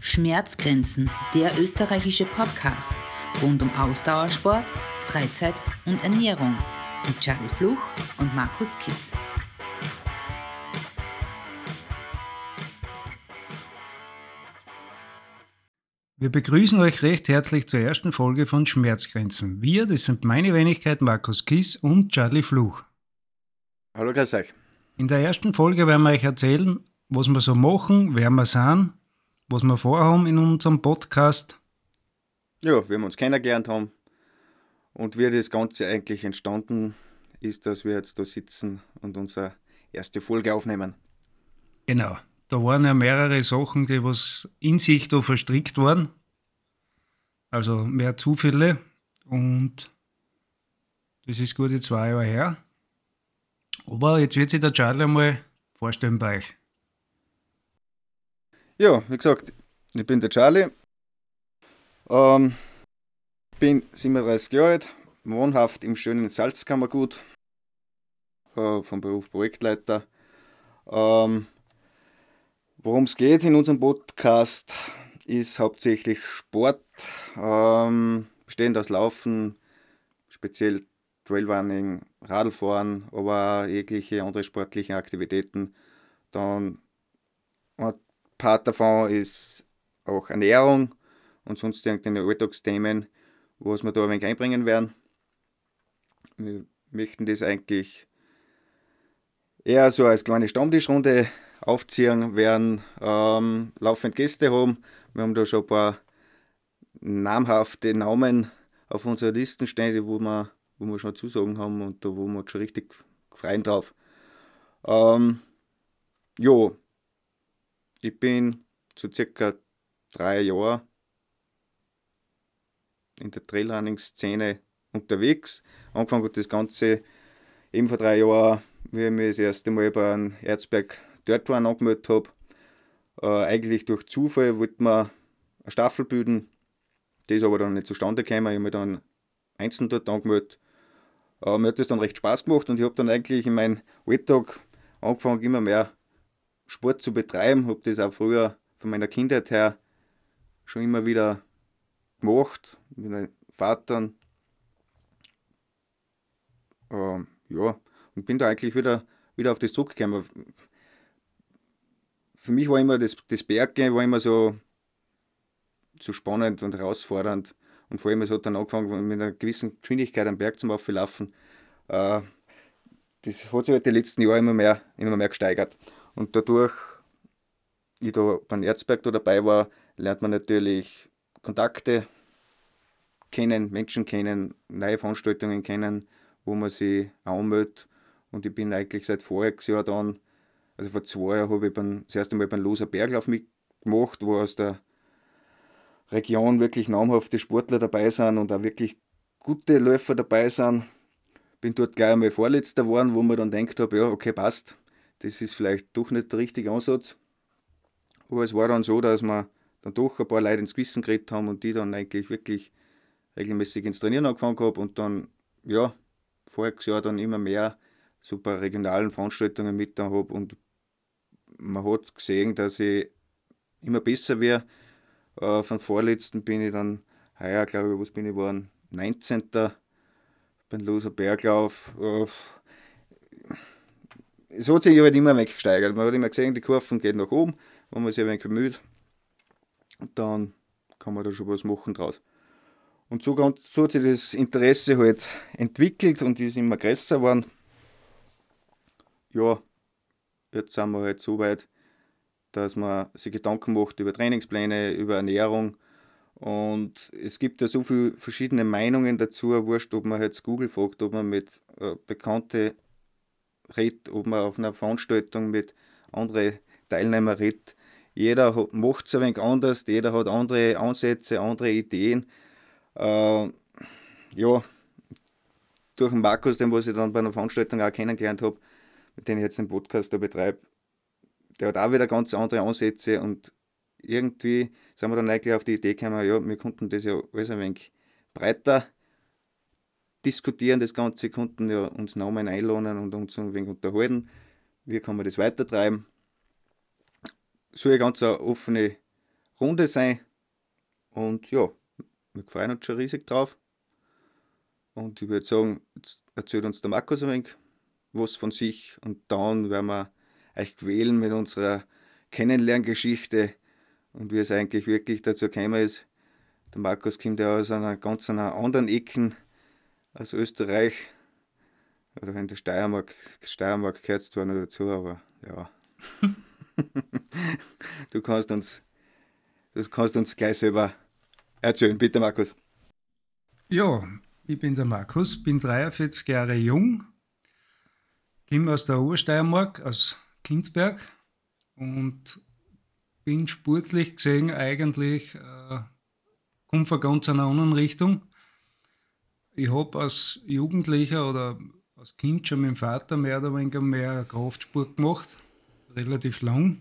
Schmerzgrenzen, der österreichische Podcast rund um Ausdauersport, Freizeit und Ernährung mit Charlie Fluch und Markus Kiss. Wir begrüßen euch recht herzlich zur ersten Folge von Schmerzgrenzen. Wir, das sind meine Wenigkeit Markus Kiss und Charlie Fluch. Hallo, grüß euch. In der ersten Folge werden wir euch erzählen, was wir so machen, wer wir sind, was wir vorhaben in unserem Podcast. Ja, wie wir uns kennengelernt haben und wie das Ganze eigentlich entstanden ist, dass wir jetzt da sitzen und unsere erste Folge aufnehmen. Genau, da waren ja mehrere Sachen, die was in sich da verstrickt waren. Also mehr Zufälle und das ist gute 2 Jahre her. Aber jetzt wird sich der Charlie einmal vorstellen bei euch. Ja, wie gesagt, ich bin der Charlie, bin 37 Jahre alt, wohnhaft im schönen Salzkammergut, vom Beruf Projektleiter. Worum es geht in unserem Podcast, ist hauptsächlich Sport, bestehend aus Laufen, speziell Trailrunning, Radlfahren, aber auch jegliche andere sportliche Aktivitäten. Dann ein Part davon ist auch Ernährung und sonst irgendeine Alltagsthemen, was wir da ein wenig einbringen werden. Wir möchten das eigentlich eher so als kleine Stammtischrunde aufziehen, werden laufend Gäste haben. Wir haben da schon ein paar namhafte Namen auf unserer Liste stehen, wo wir schon Zusagen haben und da wo wir uns schon richtig freuen drauf. Ja, ich bin zu circa 3 Jahren in der Trailrunning-Szene unterwegs. Angefangen hat das Ganze eben vor 3 Jahren, wie ich mich das erste Mal bei einem Erzberg Dirt Run angemeldet habe. Eigentlich durch Zufall wollte man eine Staffel bilden, das ist aber dann nicht zustande gekommen. Ich habe mich dann einzeln dort angemeldet. Mir hat das dann recht Spaß gemacht und ich habe dann eigentlich in meinem Alltag angefangen, immer mehr Sport zu betreiben. Habe das auch früher von meiner Kindheit her schon immer wieder gemacht, mit meinen Vatern. Ja, und bin da eigentlich wieder auf das zurückgekommen. Für mich war immer das Berggehen war immer so spannend und herausfordernd. Und vor allem, es hat dann angefangen, mit einer gewissen Geschwindigkeit am Berg zum Auflaufen. Das hat sich halt die letzten Jahre immer mehr gesteigert. Und dadurch, ich da beim Erzberg da dabei war, lernt man natürlich Kontakte kennen, Menschen kennen, neue Veranstaltungen kennen, wo man sich anmeldet. Und ich bin eigentlich seit voriges Jahr dann, also vor 2 Jahren, habe ich das erste Mal beim Loser Berglauf mitgemacht, wo aus der Region wirklich namhafte Sportler dabei sind und auch wirklich gute Läufer dabei sind. Bin dort gleich einmal Vorletzter geworden, wo man dann denkt habe, ja, okay, passt. Das ist vielleicht doch nicht der richtige Ansatz. Aber es war dann so, dass wir dann doch ein paar Leute ins Gewissen geredet haben und die dann eigentlich wirklich regelmäßig ins Trainieren angefangen habe und dann, ja, voriges Jahr dann immer mehr so bei regionalen Veranstaltungen mit da habe und man hat gesehen, dass ich immer besser wäre. Von vorletzten bin ich dann heuer, glaube ich, was bin ich geworden? 19. beim Loser Berglauf. Es hat sich halt immer weggesteigert. Man hat immer gesehen, die Kurven gehen nach oben, wenn man sich ein wenig bemüht. Und dann kann man da schon was machen draus. Und so hat sich das Interesse halt entwickelt und ist immer größer geworden. Ja, jetzt sind wir halt so weit, dass man sich Gedanken macht über Trainingspläne, über Ernährung. Und es gibt ja so viele verschiedene Meinungen dazu, wurscht, ob man jetzt Google fragt, ob man mit Bekannten redet, ob man auf einer Veranstaltung mit anderen Teilnehmern redet. Jeder macht es ein wenig anders, jeder hat andere Ansätze, andere Ideen. Ja, durch den Markus, den was ich dann bei einer Veranstaltung auch kennengelernt habe, mit dem ich jetzt den Podcast da betreibe, der hat auch wieder ganz andere Ansätze und irgendwie sind wir dann eigentlich auf die Idee gekommen, ja, wir konnten das ja alles ein wenig breiter diskutieren, das Ganze, konnten ja uns Namen einladen und uns ein wenig unterhalten. Wie kann man das weitertreiben? So eine ganz offene Runde sein. Und ja, wir freuen uns schon riesig drauf. Und ich würde sagen, jetzt erzählt uns der Markus ein wenig was von sich und dann werden wir euch quälen mit unserer Kennenlerngeschichte und wie es eigentlich wirklich dazu gekommen ist. Der Markus kommt ja aus einer ganz anderen Ecke als Österreich. Oder in der Steiermark. Steiermark gehört zwar noch dazu, aber ja. Du kannst uns gleich selber erzählen. Bitte, Markus. Ja, ich bin der Markus, bin 43 Jahre jung, komme aus der Obersteiermark, aus Kindberg und bin sportlich gesehen eigentlich, komme von ganz einer anderen Richtung. Ich habe als Jugendlicher oder als Kind schon mit dem Vater mehr oder weniger mehr Kraftsport gemacht, relativ lang.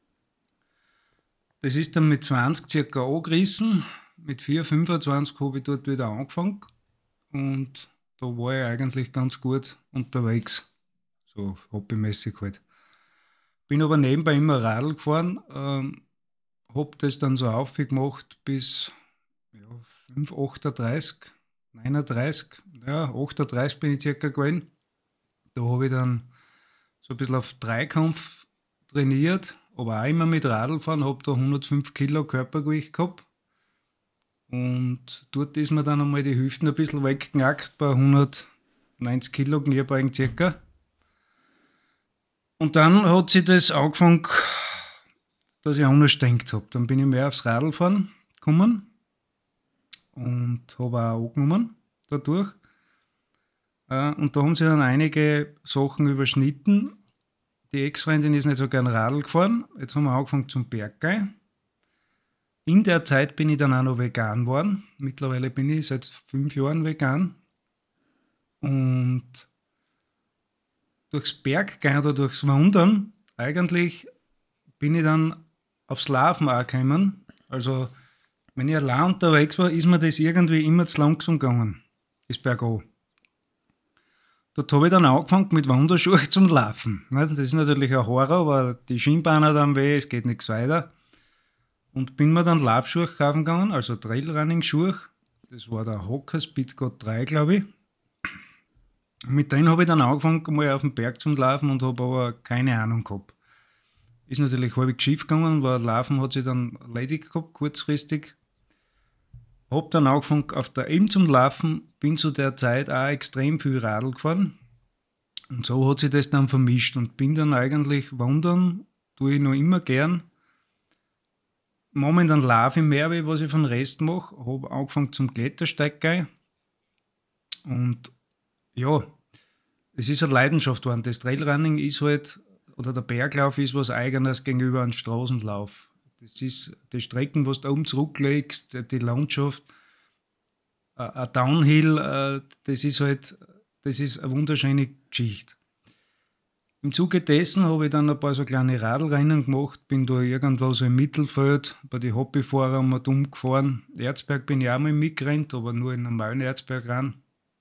Das ist dann mit 20 circa angerissen. Mit 4, 25 habe ich dort wieder angefangen und da war ich eigentlich ganz gut unterwegs, so hobbymäßig halt. Bin aber nebenbei immer Radl gefahren, habe das dann so aufgemacht bis 5, 38, 39, 38 bin ich circa gewesen. Da habe ich dann so ein bisschen auf Dreikampf trainiert, aber auch immer mit Radlfahren, habe da 105 Kilo Körpergewicht gehabt. Und dort ist mir dann einmal die Hüften ein bisschen weggeknackt bei 190 Kilo Kniebeugen circa. Und dann hat sich das angefangen, dass ich anders gedacht habe. Dann bin ich mehr aufs Radlfahren gekommen und habe auch angenommen dadurch. Und da haben sich dann einige Sachen überschnitten. Die Ex-Freundin ist nicht so gern Radl gefahren. Jetzt haben wir angefangen zum Berggehen. In der Zeit bin ich dann auch noch vegan geworden. Mittlerweile bin ich seit 5 Jahren vegan. Und durchs Berggehen oder durchs Wandern, eigentlich bin ich dann aufs Laufen auch gekommen. Also, wenn ich allein unterwegs war, ist mir das irgendwie immer zu langsam gegangen, das bergab. Dort habe ich dann angefangen mit Wanderschuhen zum Laufen. Das ist natürlich ein Horror, aber die Schienbeine haben weh, es geht nichts weiter. Und bin mir dann Laufschuhe kaufen gegangen, also Trailrunning-Schuhe. Das war der Hoka Speedgoat 3, glaube ich. Mit denen habe ich dann angefangen, mal auf den Berg zum Laufen und habe aber keine Ahnung gehabt. Ist natürlich halb schief gegangen, weil Laufen hat sich dann erledigt gehabt, kurzfristig. Habe dann angefangen auf der Ilm zum Laufen, bin zu der Zeit auch extrem viel Radl gefahren. Und so hat sich das dann vermischt und bin dann eigentlich wandern, tue ich noch immer gern. Momentan laufe ich mehr, was ich von Rest mache. Habe angefangen zum Klettersteig gehen. Und ja, es ist eine Leidenschaft geworden. Das Trailrunning ist halt, oder der Berglauf ist was Eigenes gegenüber einem Straßenlauf. Das ist die Strecken, was du oben zurücklegst, die Landschaft, ein Downhill, das ist eine wunderschöne Geschichte. Im Zuge dessen habe ich dann ein paar so kleine Radlrennen gemacht, bin da irgendwo so im Mittelfeld bei den Hobbyfahrern mal dumm gefahren. Erzberg bin ich auch mal mitgerannt, aber nur in normalen Erzberg ran.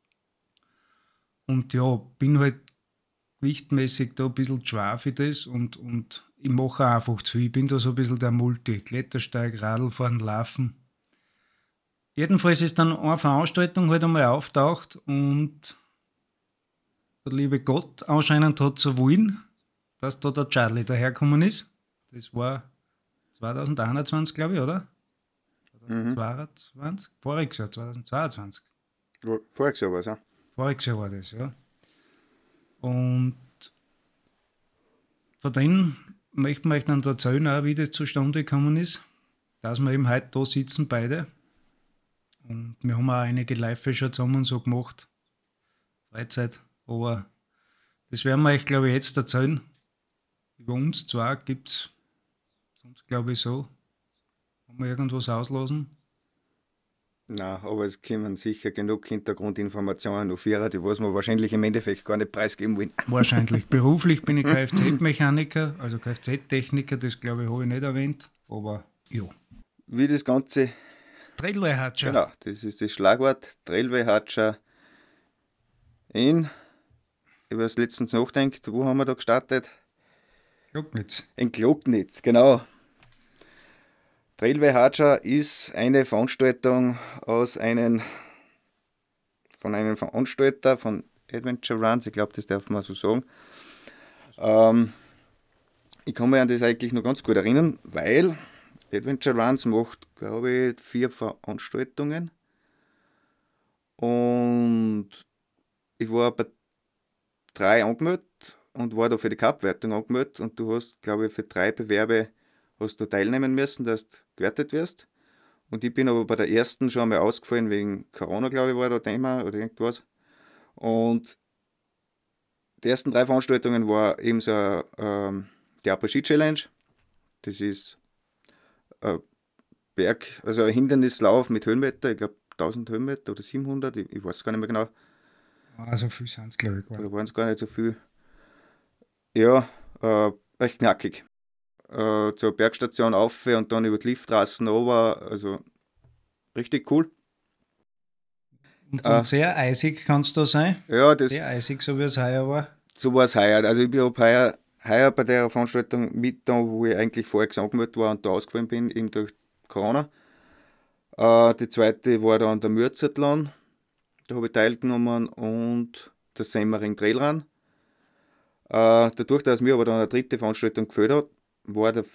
Und ja, bin halt gewichtmäßig da ein bisschen schwer für das und ich mache auch einfach zu viel. Ich bin da so ein bisschen der Multi, Klettersteig, Radlfahren, Laufen. Jedenfalls ist dann eine Veranstaltung halt einmal auftaucht und der liebe Gott anscheinend hat so wollen, dass da der Charlie dahergekommen ist. Das war 2021, glaube ich, oder? 2022? Voriges Jahr, 2022. Voriges Jahr war es, ja. Voriges Jahr war das, ja. Und von denen möchte man euch dann erzählen, auch wie das zustande gekommen ist, dass wir eben heute da sitzen, beide. Und wir haben auch einige Live schon zusammen so gemacht. Freizeit. Aber das werden wir euch, glaube ich, jetzt erzählen. Über uns zwar gibt es, sonst glaube ich so, haben wir irgendwas auslassen. Nein, aber es kommen sicher genug Hintergrundinformationen auf ihrer, die was wir wahrscheinlich im Endeffekt gar nicht preisgeben wollen. Wahrscheinlich. Beruflich bin ich Kfz-Mechaniker, also Kfz-Techniker, das glaube ich habe ich nicht erwähnt, aber ja. Wie das Ganze... Trailway-Hatscher. Genau, das ist das Schlagwort. Trailway-Hatscher in... Ich habe letztens nachgedacht, wo haben wir da gestartet? Glocknitz. In Glocknitz, genau. Trailway Hatscha ist eine Veranstaltung von einem Veranstalter von Adventure Runs, ich glaube, das darf man so sagen. Ich kann mich an das eigentlich noch ganz gut erinnern, weil Adventure Runs macht, glaube ich, 4 Veranstaltungen. Und ich war bei 3 angemeldet und war da für die Cup-Wertung angemeldet. Und du hast, glaube ich, für 3 Bewerbe hast du teilnehmen müssen, dass du gewertet wirst. Und ich bin aber bei der ersten schon einmal ausgefallen, wegen Corona, glaube ich, war da Thema oder irgendwas. Und die ersten 3 Veranstaltungen war eben so die Après-Ski-Challenge. Das ist ein also ein Hindernislauf mit Höhenmeter, ich glaube 1000 Höhenmeter oder 700, ich weiß gar nicht mehr genau. So viel sind es, glaube ich, Oder waren es gar nicht so viel. Ja, recht knackig. Zur Bergstation auf und dann über die Lifttrassen runter, also richtig cool. Und sehr eisig kann es da sein. Ja, das, sehr eisig, so wie es heuer war. So war es heuer. Also ich habe heuer bei der Veranstaltung mit da, wo ich eigentlich vorher angemeldet war und da ausgefallen bin, eben durch Corona. Die zweite war dann der Mürzathlon, da habe ich teilgenommen, und der Semmering Trailrun. Dadurch, dass mir aber dann eine dritte Veranstaltung gefällt hat, war der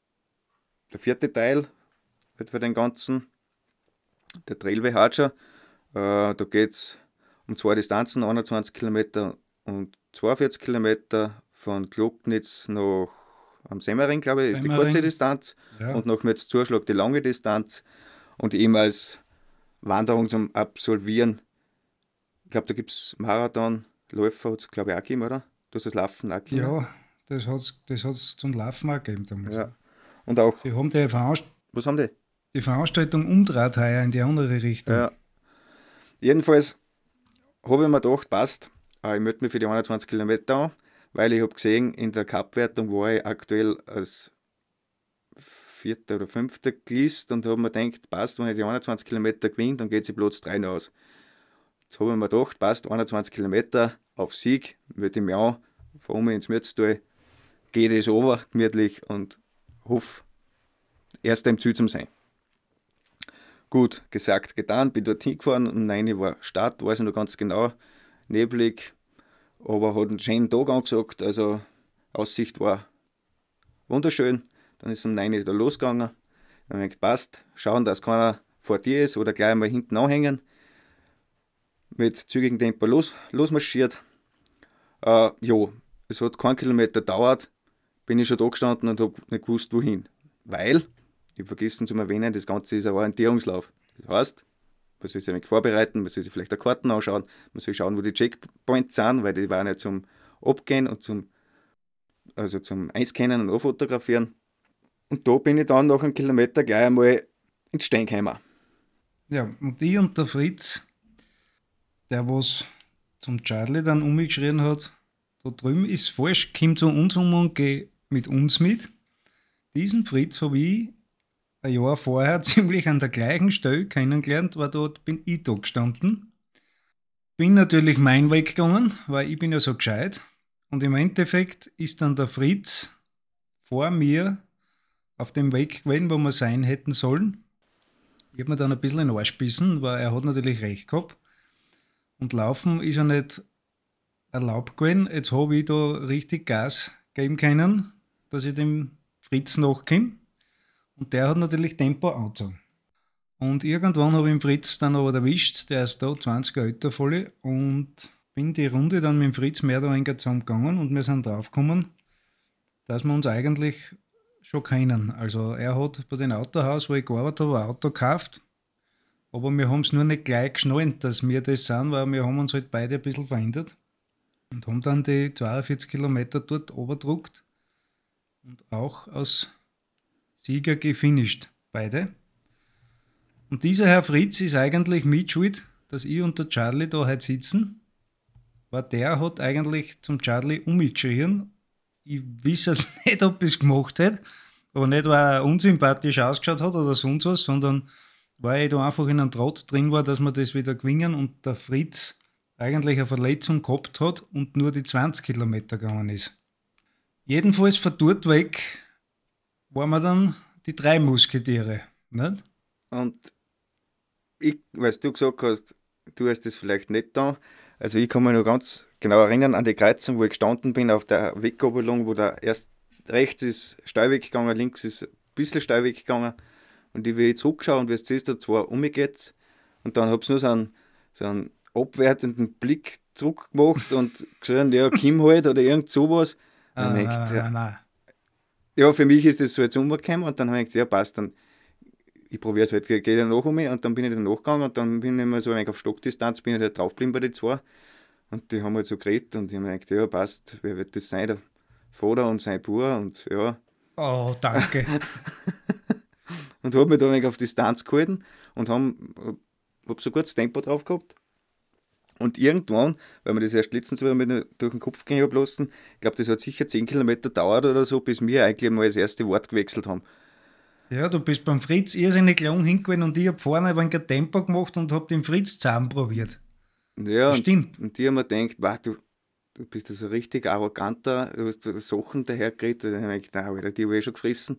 4. Teil für den ganzen, der Trailway Hatscha. Da geht es um 2 Distanzen, 21 Kilometer und 42 Kilometer von Gloggnitz nach am Semmering, glaube ich, ist die kurze Distanz. Ja. Und nach Metz-Zuschlag die lange Distanz. Und eben als Wanderung zum Absolvieren. Ich glaube, da gibt es Marathon, Läufer, hat es glaube ich auch gegeben, oder? Du hast das Laufen auch gegeben? Ja, das hat's zum Laufen auch gegeben damals. Ja. Und auch. Die haben Was haben die? Die Veranstaltung umdreht heuer in die andere Richtung. Ja. Jedenfalls habe ich mir gedacht, passt, ich melde mich für die 21 Kilometer an, weil ich habe gesehen, in der Cup-Wertung war ich aktuell als 4. oder 5. gelistet und habe mir gedacht, passt, wenn ich die 21 Kilometer gewinne, dann geht sie Platz 3 aus. Jetzt habe ich mir gedacht, passt, 21 Kilometer auf Sieg, melde ich mich an, fahre mich ins Mürztal, gehe das over, gemütlich, und hoffe, erster im Ziel zu sein. Gut, gesagt, getan, bin dort hingefahren, um 9 Uhr war Start, weiß ich noch ganz genau, neblig, aber hat einen schönen Tag angesagt, also Aussicht war wunderschön. Dann ist es um 9 Uhr da losgegangen, dann habe ich gedacht, passt, schauen, dass keiner vor dir ist oder gleich mal hinten anhängen, mit zügigem Tempo losmarschiert. Ja, es hat keinen Kilometer gedauert, bin ich schon da gestanden und habe nicht gewusst, wohin, weil ich habe vergessen zu erwähnen, das Ganze ist ein Orientierungslauf. Das heißt, man soll sich ein wenig vorbereiten, man soll sich vielleicht eine Karten anschauen, man soll schauen, wo die Checkpoints sind, weil die waren ja zum Abgehen und zum Einscannen und Anfotografieren. Und da bin ich dann nach einem Kilometer gleich einmal ins Stehen gekommen. Ja, und ich und der Fritz, der was zum Charlie dann umgeschrien hat, da drüben ist falsch, komm zu uns und geh mit uns mit. Diesen Fritz habe ich ein Jahr vorher ziemlich an der gleichen Stelle kennengelernt, weil dort bin ich da gestanden. Bin natürlich meinen Weg gegangen, weil ich bin ja so gescheit. Und im Endeffekt ist dann der Fritz vor mir auf dem Weg gewesen, wo wir sein hätten sollen. Ich habe mir dann ein bisschen in den Arsch gebissen, weil er hat natürlich recht gehabt. Und laufen ist ja nicht erlaubt gewesen. Jetzt habe ich da richtig Gas geben können, dass ich dem Fritz nachkomme. Und der hat natürlich Tempo angezogen. Und irgendwann habe ich den Fritz dann aber erwischt, der ist da 20 Jahre älter voll, und bin die Runde dann mit dem Fritz mehr oder weniger zusammengegangen und wir sind draufgekommen, dass wir uns eigentlich schon kennen. Also er hat bei dem Autohaus, wo ich gearbeitet habe, ein Auto gekauft, aber wir haben es nur nicht gleich geschnallt, dass wir das sind, weil wir haben uns halt beide ein bisschen verändert und haben dann die 42 Kilometer dort oberdruckt und auch aus Sieger gefinisht, beide. Und dieser Herr Fritz ist eigentlich mitschuld, dass ich und der Charlie da heute sitzen, weil der hat eigentlich zum Charlie umgeschrien. Ich weiß jetzt nicht, ob er es gemacht hat, aber nicht, weil er unsympathisch ausgeschaut hat oder sonst was, sondern weil ich da einfach in einem Trott drin war, dass wir das wieder gewinnen und der Fritz eigentlich eine Verletzung gehabt hat und nur die 20 Kilometer gegangen ist. Jedenfalls von dort weg waren wir dann die 3 Musketiere. Nicht? Und ich, weil du gesagt hast, du hast das vielleicht nicht da. Also ich kann mich noch ganz genau erinnern an die Kreuzung, wo ich gestanden bin auf der Weggabelung, wo da erst rechts ist Steuweg gegangen, links ist ein bisschen Steuweg gegangen. Und ich will zurückschauen und wie es siehst, da zwar umgeht. Und dann habe ich nur so einen abwertenden Blick zurückgemacht und geschrien, ja, Kim halt oder irgend sowas. Und dann hab ich gedacht, ja, für mich ist das so jetzt umgekommen und dann habe ich gedacht, ja, passt, dann ich probiere es halt, gehe dann nach um mich und dann bin ich dann nachgegangen und dann bin ich mal so ein wenig auf Stockdistanz, bin ich halt draufgeblieben bei den zwei und die haben halt so geredet und ich habe mir gedacht, ja, passt, wer wird das sein, der Vater und sein Bruder und ja. Oh, danke. Und habe mich da ein wenig auf Distanz gehalten und habe so kurz Tempo drauf gehabt. Und irgendwann, weil mir das erst letztens wieder mit durch den Kopf gehen habe lassen, ich glaube, das hat sicher 10 Kilometer gedauert oder so, bis wir eigentlich mal das erste Wort gewechselt haben. Ja, du bist beim Fritz irrsinnig lang hingegangen und ich habe vorne ein wenig ein Tempo gemacht und habe den Fritz zusammen probiert. Ja, Das stimmt. Und die haben mir gedacht, wow, du bist ja so richtig arroganter, du hast so Sachen dahergeredet. Und dann habe ich gedacht, Alter, die habe ich schon gefressen.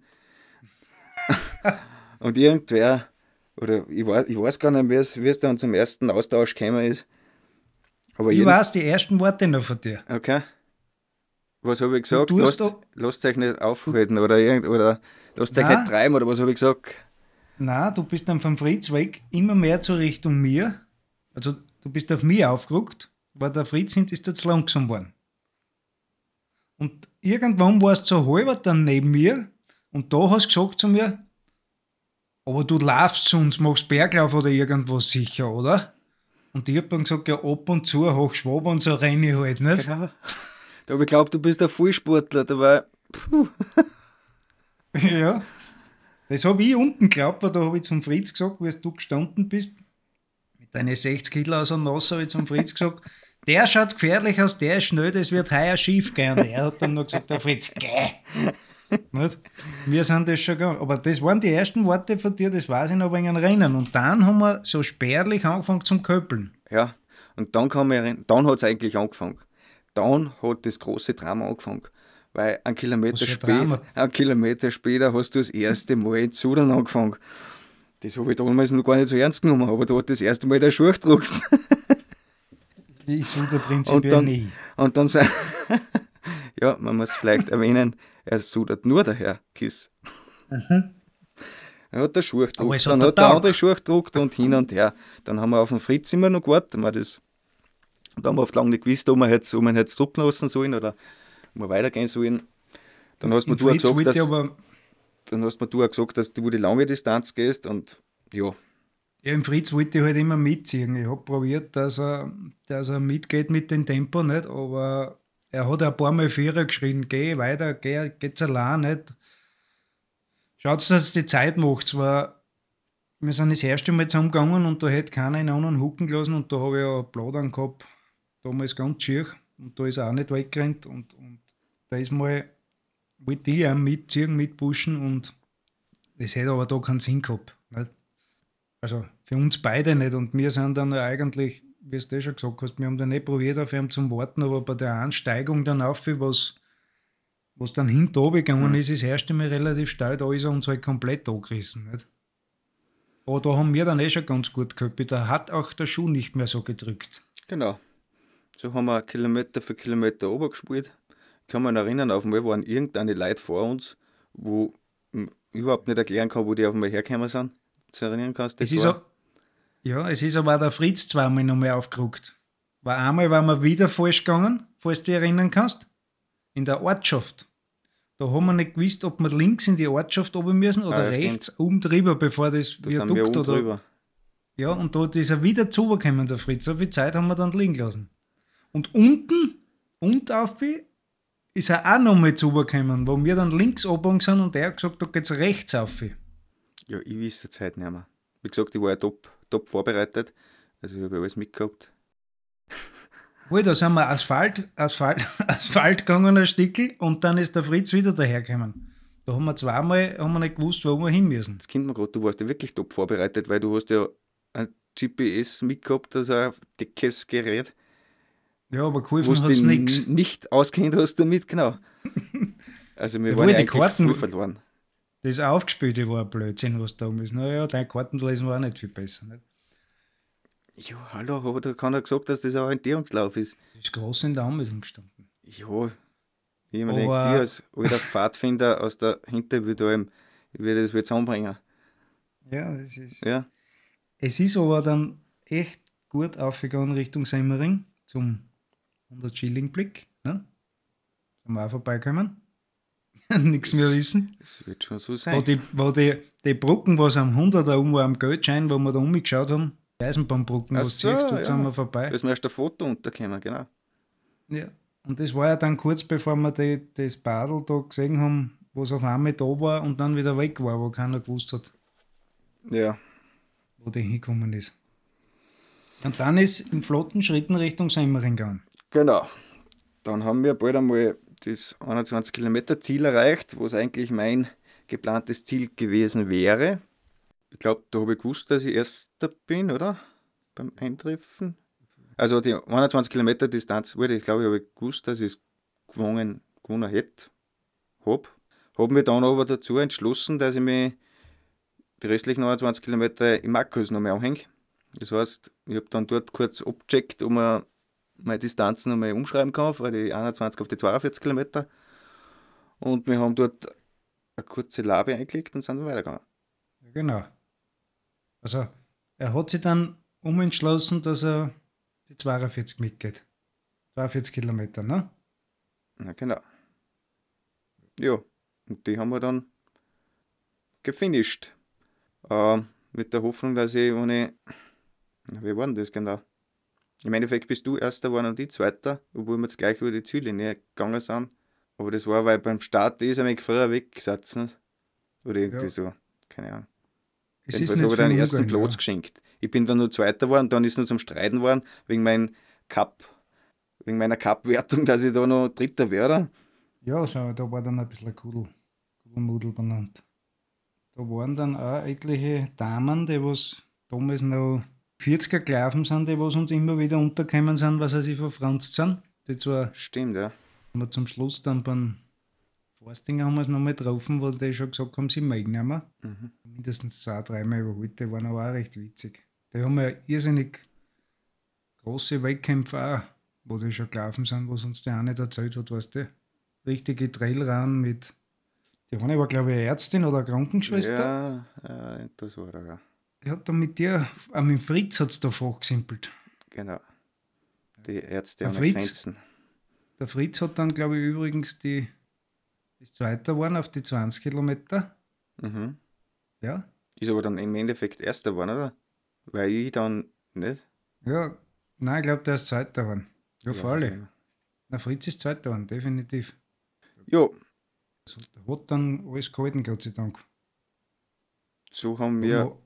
Und irgendwer, oder ich weiß gar nicht, wie es dann zum ersten Austausch gekommen ist. Aber Ich weiß die ersten Worte noch von dir. Okay. Was habe ich gesagt? Lasst euch nicht aufhalten oder lasst euch nicht treiben oder was habe ich gesagt? Nein, du bist dann vom Fritz weg, immer mehr zur Richtung mir. Also du bist auf mich aufgerückt, weil der Fritz ist jetzt langsam geworden. Und irgendwann warst du so halber dann neben mir und da hast du gesagt zu mir, aber du laufst sonst, machst Berglauf oder irgendwas sicher, oder? Und ich habe dann gesagt, ja, ab und zu hochschwab und so renne ich halt, nicht? Genau. Da habe ich geglaubt, du bist ein Vollsportler, dabei. Ja, das habe ich unten geglaubt, weil da habe ich zum Fritz gesagt, wie du gestanden bist, mit deinen 60 Kilo aus und nass, habe ich zum Fritz gesagt, der schaut gefährlich aus, der ist schnell, das wird heuer schief gehen. Und er hat dann noch gesagt, der Fritz, nicht? Wir sind das schon gegangen. Aber das waren die ersten Worte von dir, das weiß ich noch wegen einem Rennen. Und dann haben wir so spärlich angefangen zum Köppeln. Ja, und dann hat es eigentlich angefangen. Dann hat das große Drama angefangen. Weil einen Kilometer später hast du das erste Mal in Sudan angefangen. Das habe ich damals noch gar nicht so ernst genommen, aber da hat das erste Mal der Schuh gedruckt. Ich suche prinzipiell nie. Und dann ja, man muss vielleicht erwähnen, er sudert nur der Herr Kiss. Er hat der Schuh gedruckt, dann hat der andere Schuh gedruckt und hin und her. Dann haben wir auf den Fritz immer noch gewartet. Da haben wir oft lange nicht gewusst, ob wir jetzt drucken lassen sollen oder ob wir weitergehen sollen. Dann hast mir du gesagt, dass du die lange Distanz gehst und ja. Ja, im Fritz wollte ich halt immer mitziehen. Ich habe probiert, dass er mitgeht mit dem Tempo, nicht? Aber er hat ein paar Mal Vierer geschrien, geh weiter, geht's allein, nicht? Schaut, dass die Zeit macht. Wir sind das erste Mal zusammengegangen und da hätte keiner einen anderen hucken gelassen und da habe ich einen Plaudern gehabt, damals ganz schier und da ist er auch nicht weggerannt und da ist mal, wollte ich auch mitziehen, mitpushen und das hätte aber da keinen Sinn gehabt, nicht? Also für uns beide nicht und wir sind dann eigentlich, wie du schon gesagt hast, wir haben dann nicht probiert auf ihn zum Warten, aber bei der Ansteigung dann auf, was dann hinten runtergegangen ist, das erste Mal relativ steil, da ist er uns halt komplett angerissen, nicht? Aber da haben wir dann schon ganz gut gehabt, da hat auch der Schuh nicht mehr so gedrückt. Genau. So haben wir Kilometer für Kilometer runtergespielt. Ich kann mich erinnern, auf einmal waren irgendeine Leute vor uns, wo ich überhaupt nicht erklären kann, wo die auf einmal hergekommen sind. Du erinnern kannst, es ist aber auch der Fritz zweimal noch mehr aufgerückt. Weil einmal waren wir wieder falsch gegangen, falls du dich erinnern kannst, in der Ortschaft. Da haben wir nicht gewusst, ob wir links in die Ortschaft oben müssen oder rechts oben drüber, bevor das Viadukt oder. Drüber. Ja, und da ist er wieder zugekommen, der Fritz. So viel Zeit haben wir dann liegen lassen. Und unten und auf ist er auch noch mal zugekommen, wo wir dann links oben sind und er hat gesagt, da geht's rechts auf. Ja, ich weiß jetzt halt nicht mehr. Wie gesagt, ich war ja top vorbereitet. Also ich habe alles mitgehabt. Da sind wir Asphalt gegangen, ein Stückel, und dann ist der Fritz wieder dahergekommen. Da haben wir zweimal nicht gewusst, wo wir hin müssen. Das kennt man gerade, du warst ja wirklich top vorbereitet, weil du hast ja ein GPS mitgehabt, also ein dickes Gerät. Ja, aber geholfen hat es nichts. Nicht auskennt hast damit, genau. Also wir waren ja eigentlich voll verloren. Das Aufgespielte war ein Blödsinn, was da ist. Naja, dein Kartenlesen war auch nicht viel besser. Nicht? Ja, hallo, aber da kann er gesagt, dass das ein Orientierungslauf ist. Das ist groß in der Anweisung gestanden. Ja, ich hab mir Aber- gedacht, ich als alter Pfadfinder aus der Hinterwildalm, ich würde das wieder zusammenbringen. Ja, das ist. Ja, Es ist aber dann echt gut aufgegangen Richtung Semmering zum 100-Schilling-Blick. Ne? Sind wir auch vorbeikommen. Nichts mehr wissen. das wird schon so Wo, sein. die Brücken, was am 100er um war, am Geldschein, wo wir da umgeschaut haben, die Eisenbahnbrücken, Ach was so, du siehst, dort ja. sind wir vorbei. Da ist mir erst ein Foto untergekommen, genau. Ja. Und das war ja dann kurz bevor wir das Badel da gesehen haben, wo es auf einmal da war und dann wieder weg war, wo keiner gewusst hat, Ja, wo die hingekommen ist. Und dann ist in flotten Schritten Richtung Semmering gegangen. genau. Dann haben wir bald einmal das 21 Kilometer Ziel erreicht, was eigentlich mein geplantes Ziel gewesen wäre. Ich glaube, da habe ich gewusst, dass ich Erster bin, oder? Beim Eintreffen. Also die 21 Kilometer Distanz wurde, ich glaube, habe ich gewusst, dass ich es gewonnen hätte. Habe mich dann aber dazu entschlossen, dass ich mich die restlichen 29 Kilometer im Markus noch mehr anhänge. Das heißt, ich habe dann dort kurz abgecheckt, ob man meine Distanzen noch mal umschreiben kann, von die 21 auf die 42 Kilometer. Und wir haben dort eine kurze Labe eingelegt und sind dann weitergegangen. Ja, genau. Also er hat sich dann umentschlossen, dass er die 42 mitgeht. 42 Kilometer, ne? Ja, genau. Ja, und die haben wir dann gefinisht. Mit der Hoffnung, dass ich ohne. Wie war denn das genau? Im Endeffekt bist du Erster geworden und ich Zweiter, obwohl wir jetzt gleich über die Ziellinie gegangen sind. Aber das war, weil beim Start ist er mich früher weggesetzt. Nicht? Oder irgendwie Ja. so. Keine Ahnung. Es ist Jedenfalls nicht habe ich dann den viel ersten umgegangen, Platz geschenkt. Ich bin dann nur Zweiter geworden, dann ist es nur zum Streiten geworden, wegen meiner Cup-Wertung, dass ich da noch Dritter werde. Ja, schau, da war dann ein bisschen Kuddelmuddel benannt. Da waren dann auch etliche Damen, die was damals noch 40er gelaufen sind, die was uns immer wieder untergekommen sind, was sie verfranst sind. Die zwar Stimmt, ja. haben wir zum Schluss dann beim Forstinger haben wir es nochmal getroffen, wo die schon gesagt haben, sie mögen nicht mehr. Mindestens 2-3 Mal überholt, die waren aber auch recht witzig. Die haben ja irrsinnig große Wettkämpfe auch, wo die schon gelaufen sind, was uns der auch nicht erzählt hat, weißt du. Richtige Trailrun mit. Die eine war, glaube ich, eine Ärztin oder eine Krankenschwester. Ja, das war da, ja. Die hat dann mit dir, auch mit Fritz hat es da fachgesimpelt. Genau. Die Ärzte Der ohne Fritz? Grenzen. Der Fritz hat dann, glaube ich, übrigens das Zweite geworden auf die 20 Kilometer. Mhm. Ja. Ist aber dann im Endeffekt Erster geworden, oder? Weil ich dann nicht. Ja, nein, ich glaube, der ist Zweiter geworden. Ja, Ich vor weiß es allem. nicht Na, Fritz ist Zweiter geworden, definitiv. mehr. Ja, Also, der hat dann alles gehalten, Gott sei Dank. so haben wir.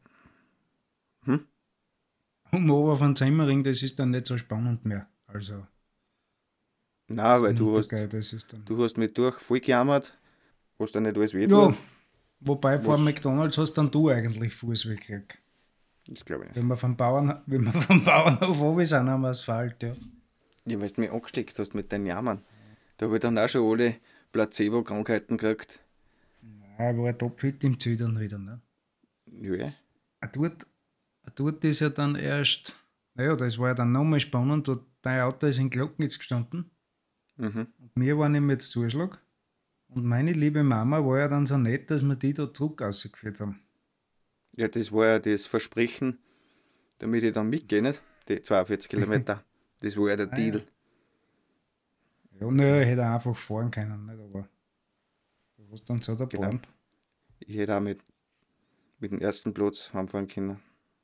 Um Ober von Semmering, das ist dann nicht so spannend mehr. Also, Nein, weil du hast, Untergeil, das ist dann. du hast mich voll gejammert, was dann nicht alles weh Ja, tut. wobei vor Was- McDonalds hast dann du eigentlich Fuß weggekriegt. Das glaube ich nicht. Wenn wir vom Bauernhof runter sind am Asphalt, ja. Ja, weil du mich angesteckt hast mit deinen Jammern. Da habe ich dann auch schon alle Placebo-Krankheiten gekriegt. Er war topfit im Ziel dann wieder, ne? Ja, Dort ist ja dann erst, naja, das war ja dann nochmal spannend, dein Auto ist in Glocknitz gestanden mhm. und wir waren ihm jetzt Zuschlag und meine liebe Mama war ja dann so nett, dass wir die da zurück ausgeführt haben. Ja, das war ja das Versprechen, damit ich dann mitgehe, nicht? Die 42 Kilometer. Das war ja der Ah, Deal. Ja, naja, ich hätte auch einfach fahren können, nicht? Aber du hast dann so der Genau. Bahn. Ich hätte auch mit dem ersten Platz heimfahren können.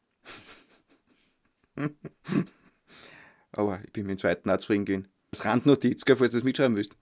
Aber ich bin mit dem zweiten auch zufrieden gewesen. Das Randnotiz, gell, falls du das mitschreiben willst.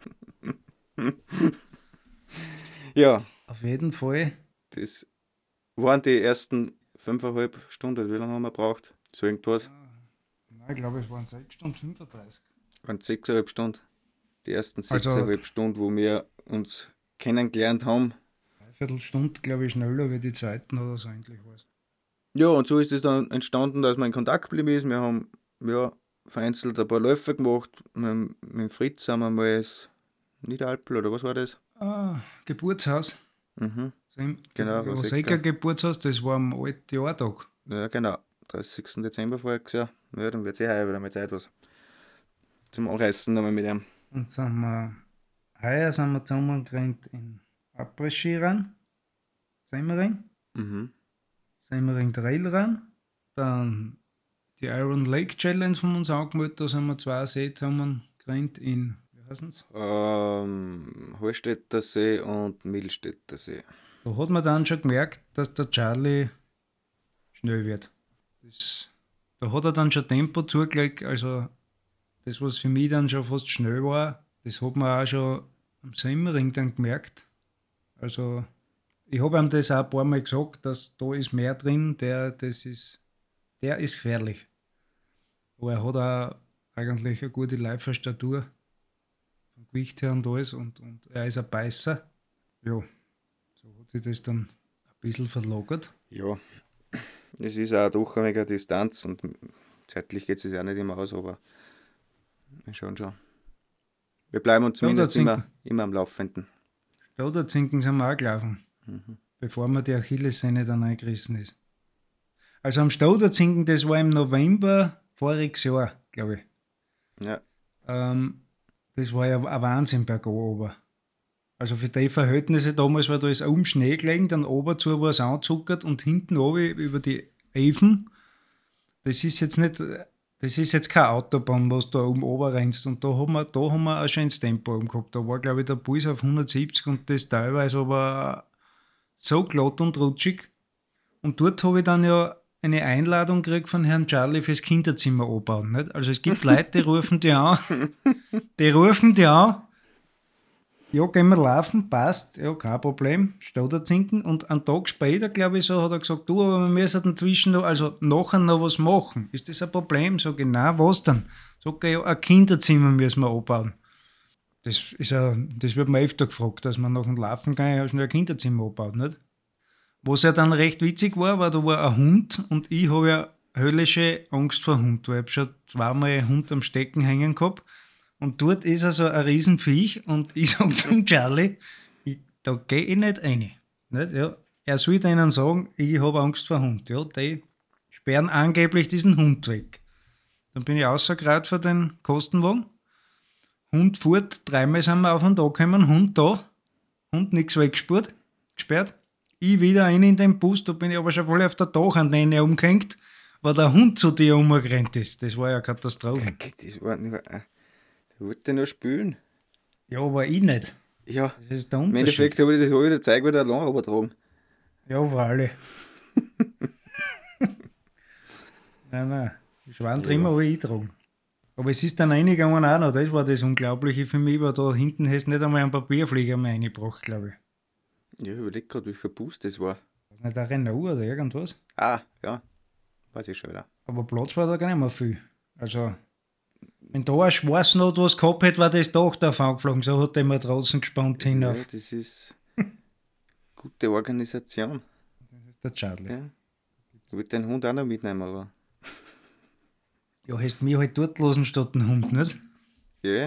Ja, Auf jeden Fall, das waren die ersten 5,5 Stunden. Wie lange haben wir gebraucht? So irgendwas. nein, ich glaube, es waren 6 Stunden 35. Waren 6,5 Stunden. Die ersten Also- 6,5 Stunden, wo wir uns kennengelernt haben. Dreiviertel Stunde, glaube ich, schneller wie die Zeiten oder so endlich was. Ja, und so ist es dann entstanden, dass man in Kontakt geblieben ist. Wir haben ja vereinzelt ein paar Läufe gemacht. Mit Fritz sind wir mal ins Niederalpl, oder was war das? Ah, Geburtshaus. Mhm. Genau, Roseka Geburtstag, das war am alten Jahrtag. Ja, genau. 30. Dezember voriges Jahr. Ja, dann wird es heuer wieder mal Zeit, was zum Anreißen nochmal mit ihm. Und heuer sind wir zusammengerannt in Après-Ski-Rennen, Semmering, Semmering Trail-Rennen, dann die Iron Lake Challenge von uns angemeldet, da sind wir 2 See zusammengerannt in, wie heißen es? Hallstätter See und Millstätter See. Da hat man dann schon gemerkt, dass der Charlie schnell wird. Da hat er dann schon Tempo zugelegt, also das, was für mich dann schon fast schnell war, das hat man auch schon am Semmering dann gemerkt. Also ich habe ihm das auch ein paar Mal gesagt, dass da ist mehr drin, der ist gefährlich. Aber er hat auch eigentlich eine gute Läuferstatur, vom Gewicht her und alles, und er ist ein Beißer. Ja, so hat sich das dann ein bisschen verlagert. Ja, es ist auch doch eine Distanz und zeitlich geht es ja auch nicht immer aus, aber wir schauen schon. Wir bleiben uns zumindest immer am Laufenden. Stoderzinken sind wir auch gelaufen, bevor mir die Achillessehne dann eingerissen ist. Also am Stoderzinken, das war im November voriges Jahr, glaube ich. Ja. Das war ja ein Wahnsinn bergoben. Also für die Verhältnisse damals war da ist oben Schnee gelegen, dann oben zu war es angezuckert und hinten oben über die Even. Das ist jetzt keine Autobahn, was da oben rennst. Und da haben wir ein schönes Tempo oben gehabt. Da war, glaube ich, der Puls auf 170 und das teilweise aber so glatt und rutschig. Und dort habe ich dann ja eine Einladung gekriegt von Herrn Charlie fürs Kinderzimmer anbauen. Nicht? Also es gibt Leute, die rufen die an. Ja, gehen wir laufen, passt, ja, kein Problem, Stoderzinken. Und einen Tag später, glaube ich, so, hat er gesagt, du, aber wir müssen dazwischen noch, also nachher noch was machen. Ist das ein Problem? Sag ich, nein, was denn? Sag ich, ja, ein Kinderzimmer müssen wir anbauen. Das wird mir öfter gefragt, dass man nach dem Laufen gehen, ja, schnell ein Kinderzimmer anbaut, nicht? Was ja dann recht witzig war, da war ein Hund und ich habe ja höllische Angst vor Hund, weil ich habe schon 2-mal einen Hund am Stecken hängen gehabt. Und dort ist also ein Riesenviech und ich sage zum Charlie, da gehe ich nicht rein. Nicht? Ja, er soll denen sagen, ich habe Angst vor Hund. Ja, die sperren angeblich diesen Hund weg. Dann bin ich rausgerannt von den Kostenwagen. Hund fort, 3-mal sind wir auf und da gekommen, Hund da, Hund nichts weggesperrt. Ich wieder rein in den Bus, da bin ich aber schon voll auf der Dachantenne umgehängt, weil der Hund zu dir umgerannt ist. Das war ja eine Katastrophe. Der wollte nur spülen. Ja, aber ich nicht. Ja, das ist der im Unterschied. Endeffekt habe ich das alle der Zeug wieder allein übertragen. Ja, für alle. Nein. Ich schwand immer alle eintragen. Aber es ist dann reingegangen auch noch. Das war das Unglaubliche für mich, weil da hinten hast du nicht einmal einen Papierflieger mehr reingebracht, glaube ich. Ja, ich überlege gerade, wie viel Bus das war. Das ist nicht ein Renault oder irgendwas. Ah, ja. Weiß ich schon wieder. Aber Platz war da gar nicht mehr viel. Also, wenn da ein Schwarznot was gehabt hätte, war das doch da aufgeflogen. So hat er immer draußen gespannt hinauf. Ja, das ist gute Organisation. Das ist der Charlie. Ja. Ich würde den Hund auch noch mitnehmen, aber. Ja, hast du mich halt dort lassen statt den Hund, nicht? Ja.